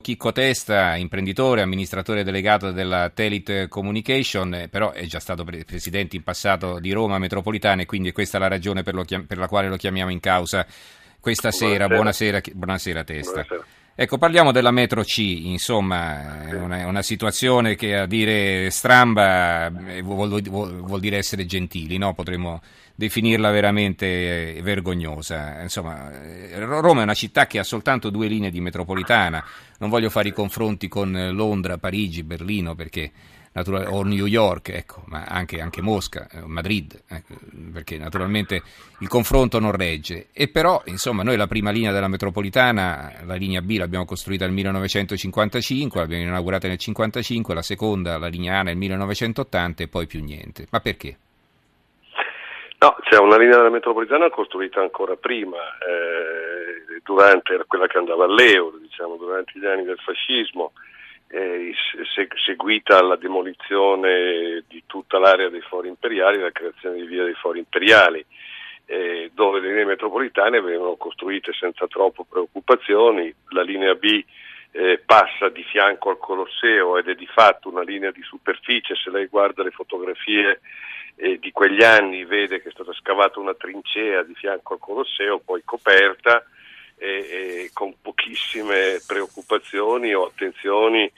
Chicco Testa, imprenditore, amministratore delegato della Telit Communication, però è già stato presidente in passato di Roma Metropolitana e quindi questa è la ragione per la quale lo chiamiamo in causa questa sera. Buonasera Testa. Buonasera. Ecco, parliamo della metro C, insomma, è una situazione che a dire stramba vuol dire essere gentili, no? Potremmo definirla veramente vergognosa. Insomma, Roma è una città che ha soltanto 2 linee di metropolitana, non voglio fare i confronti con Londra, Parigi, Berlino, o New York, ecco, ma anche Mosca, Madrid, ecco, perché naturalmente il confronto non regge. E però, insomma, noi la prima linea della metropolitana, la linea B, l'abbiamo costruita nel 1955, l'abbiamo inaugurata nel 1955, la seconda, la linea A, nel 1980 e poi più niente. Ma perché? No, c'è una linea della metropolitana costruita ancora prima, durante quella che andava all'euro, diciamo, durante gli anni del fascismo, seguita la demolizione di tutta l'area dei fori imperiali, la creazione di via dei fori imperiali, dove le linee metropolitane venivano costruite senza troppe preoccupazioni. La linea B passa di fianco al Colosseo ed è di fatto una linea di superficie. Se lei guarda le fotografie di quegli anni vede che è stata scavata una trincea di fianco al Colosseo, poi coperta, con pochissime preoccupazioni o attenzioni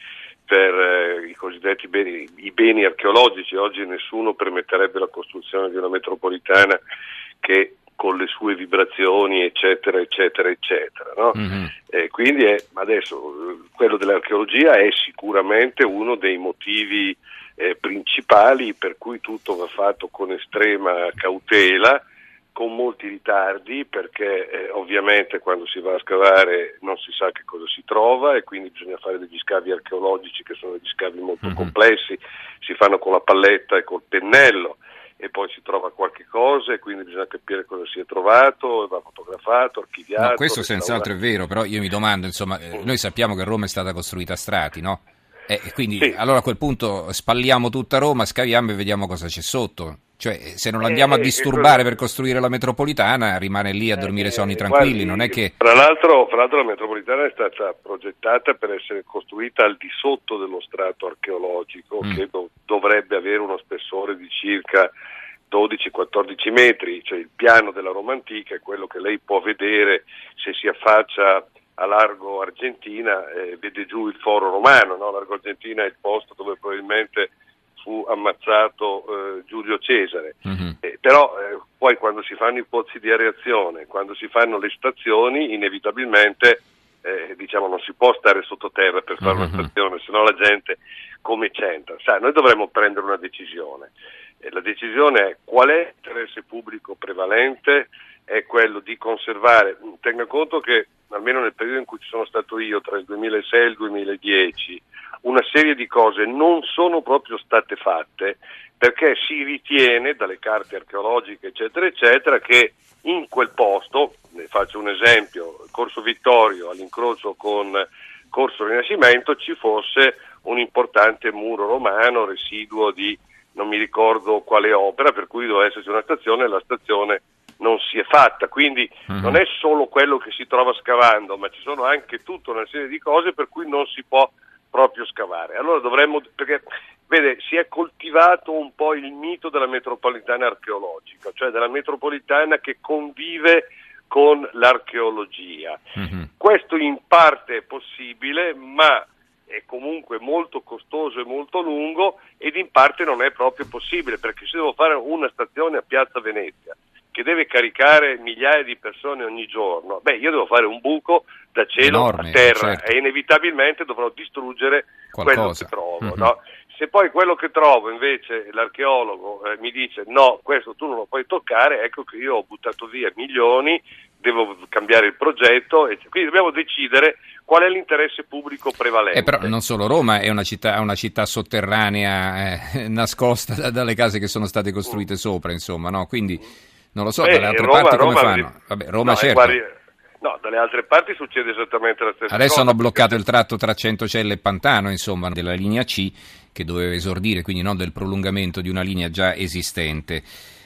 per i cosiddetti beni archeologici. Oggi nessuno permetterebbe la costruzione di una metropolitana che con le sue vibrazioni eccetera eccetera eccetera, no? Mm-hmm. Quindi adesso quello dell'archeologia è sicuramente uno dei motivi principali per cui tutto va fatto con estrema cautela, con molti ritardi, perché ovviamente quando si va a scavare non si sa che cosa si trova e quindi bisogna fare degli scavi archeologici che sono degli scavi molto complessi, si fanno con la palletta e col pennello e poi si trova qualche cosa e quindi bisogna capire cosa si è trovato, va fotografato, archiviato. No, questo senz'altro è vero, però io mi domando, insomma, noi sappiamo che Roma è stata costruita a strati, no? Quindi sì. Allora a quel punto spalliamo tutta Roma, scaviamo e vediamo cosa c'è sotto. Cioè, se non andiamo a disturbare per costruire la metropolitana, rimane lì a dormire sonni tranquilli, guardi, non è che... Tra l'altro la metropolitana è stata progettata per essere costruita al di sotto dello strato archeologico, che dovrebbe avere uno spessore di circa 12-14 metri, cioè il piano della Roma antica è quello che lei può vedere se si affaccia a Largo Argentina, vede giù il foro romano, no? Largo Argentina è il posto dove probabilmente fu ammazzato Giulio Cesare. Però poi quando si fanno i pozzi di areazione, quando si fanno le stazioni, inevitabilmente non si può stare sottoterra per fare una stazione, se no la gente come c'entra. Noi dovremmo prendere una decisione. La decisione è: qual è l'interesse pubblico prevalente? È quello di conservare, tenga conto che almeno nel periodo in cui ci sono stato io, tra il 2006 e il 2010, una serie di cose non sono proprio state fatte perché si ritiene dalle carte archeologiche eccetera eccetera che in quel posto, ne faccio un esempio, Corso Vittorio all'incrocio con Corso Rinascimento, ci fosse un importante muro romano residuo di non mi ricordo quale opera, per cui doveva esserci una stazione e la stazione non si è fatta. Quindi non è solo quello che si trova scavando, ma ci sono anche tutta una serie di cose per cui non si può proprio scavare. Allora perché vede, si è coltivato un po' il mito della metropolitana archeologica, cioè della metropolitana che convive con l'archeologia. Questo in parte è possibile, ma è comunque molto costoso e molto lungo, ed in parte non è proprio possibile, perché se devo fare una stazione a Piazza Venezia che deve caricare migliaia di persone ogni giorno, io devo fare un buco da cielo enorme, a terra, certo. E inevitabilmente dovrò distruggere quello che trovo, no? Se poi quello che trovo invece l'archeologo mi dice no, questo tu non lo puoi toccare, ecco che io ho buttato via milioni, devo cambiare il progetto, e quindi dobbiamo decidere qual è l'interesse pubblico prevalente. Però non solo Roma è una città sotterranea, nascosta dalle case che sono state costruite sopra, insomma, no? Quindi non lo so, dalle altre parti come fanno? Vabbè, Roma certo. No, dalle altre parti succede esattamente la stessa cosa. Adesso hanno bloccato il tratto tra Centocelle e Pantano, insomma, della linea C, che doveva esordire, quindi non del prolungamento di una linea già esistente.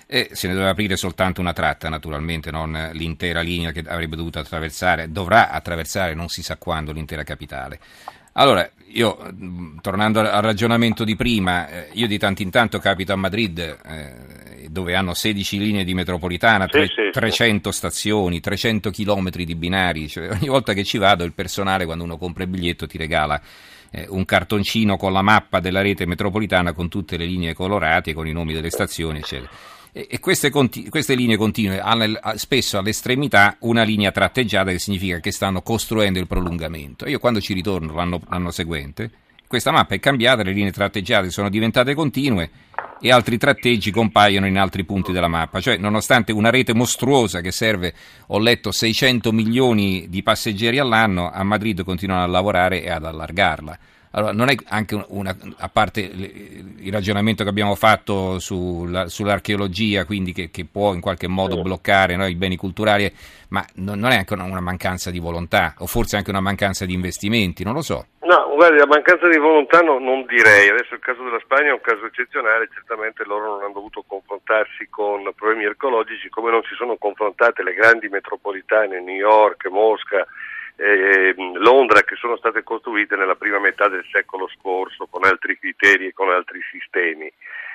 E se ne doveva aprire soltanto una tratta, naturalmente, non l'intera linea che avrebbe dovuto attraversare, dovrà attraversare non si sa quando l'intera capitale. Allora, io, tornando al ragionamento di prima, io di tanto in tanto capito a Madrid, dove hanno 16 linee di metropolitana, 300 stazioni, 300 chilometri di binari, cioè, ogni volta che ci vado il personale, quando uno compra il biglietto, ti regala un cartoncino con la mappa della rete metropolitana con tutte le linee colorate, con i nomi delle stazioni, eccetera. E queste linee continue hanno spesso all'estremità una linea tratteggiata, che significa che stanno costruendo il prolungamento. Io quando ci ritorno l'anno seguente, questa mappa è cambiata, le linee tratteggiate sono diventate continue e altri tratteggi compaiono in altri punti della mappa. Cioè, nonostante una rete mostruosa che serve, ho letto, 600 milioni di passeggeri all'anno, a Madrid continuano a lavorare e ad allargarla. Allora, non è anche a parte il ragionamento che abbiamo fatto sull'archeologia, quindi che può in qualche modo bloccare, no, i beni culturali, ma non è anche una mancanza di volontà, o forse anche una mancanza di investimenti, non lo so. No, guardi, la mancanza di volontà non direi. Adesso il caso della Spagna è un caso eccezionale, certamente loro non hanno dovuto confrontarsi con problemi archeologici come non si sono confrontate le grandi metropolitane, New York, Mosca, Londra, che sono state costruite nella prima metà del secolo scorso con altri criteri e con altri sistemi.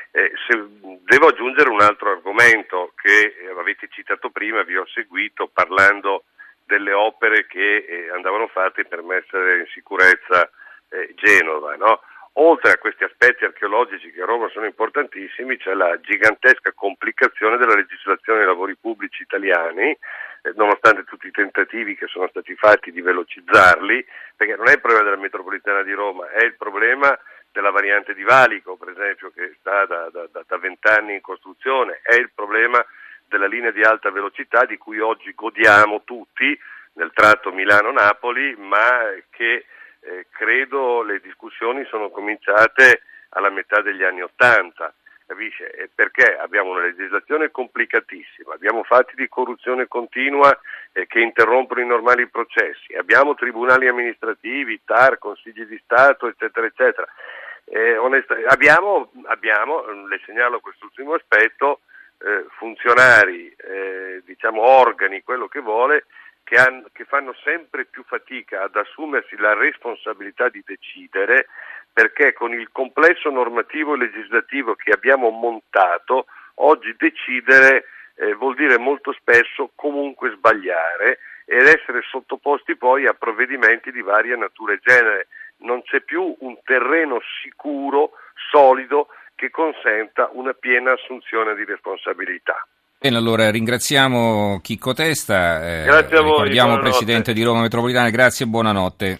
Devo aggiungere un altro argomento che avete citato prima, vi ho seguito parlando delle opere che andavano fatte per mettere in sicurezza Genova, no? Oltre a questi aspetti archeologici che a Roma sono importantissimi, c'è la gigantesca complicazione della legislazione dei lavori pubblici italiani, nonostante tutti i tentativi che sono stati fatti di velocizzarli, perché non è il problema della metropolitana di Roma, è il problema della variante di Valico, per esempio, che sta da 20 anni in costruzione, è il problema della linea di alta velocità di cui oggi godiamo tutti nel tratto Milano-Napoli, ma che credo le discussioni sono cominciate alla metà degli anni '80, capisce? E perché abbiamo una legislazione complicatissima, abbiamo fatti di corruzione continua che interrompono i normali processi, abbiamo tribunali amministrativi, TAR, consigli di Stato, eccetera, eccetera. Abbiamo, le segnalo quest'ultimo aspetto, funzionari, organi, quello che vuole, che fanno sempre più fatica ad assumersi la responsabilità di decidere, perché con il complesso normativo e legislativo che abbiamo montato, oggi decidere vuol dire molto spesso comunque sbagliare ed essere sottoposti poi a provvedimenti di varia natura e genere. Non c'è più un terreno sicuro, solido, che consenta una piena assunzione di responsabilità. Bene, allora ringraziamo Chicco Testa, Grazie a voi, ricordiamo buonanotte. Presidente di Roma Metropolitana, grazie e buonanotte.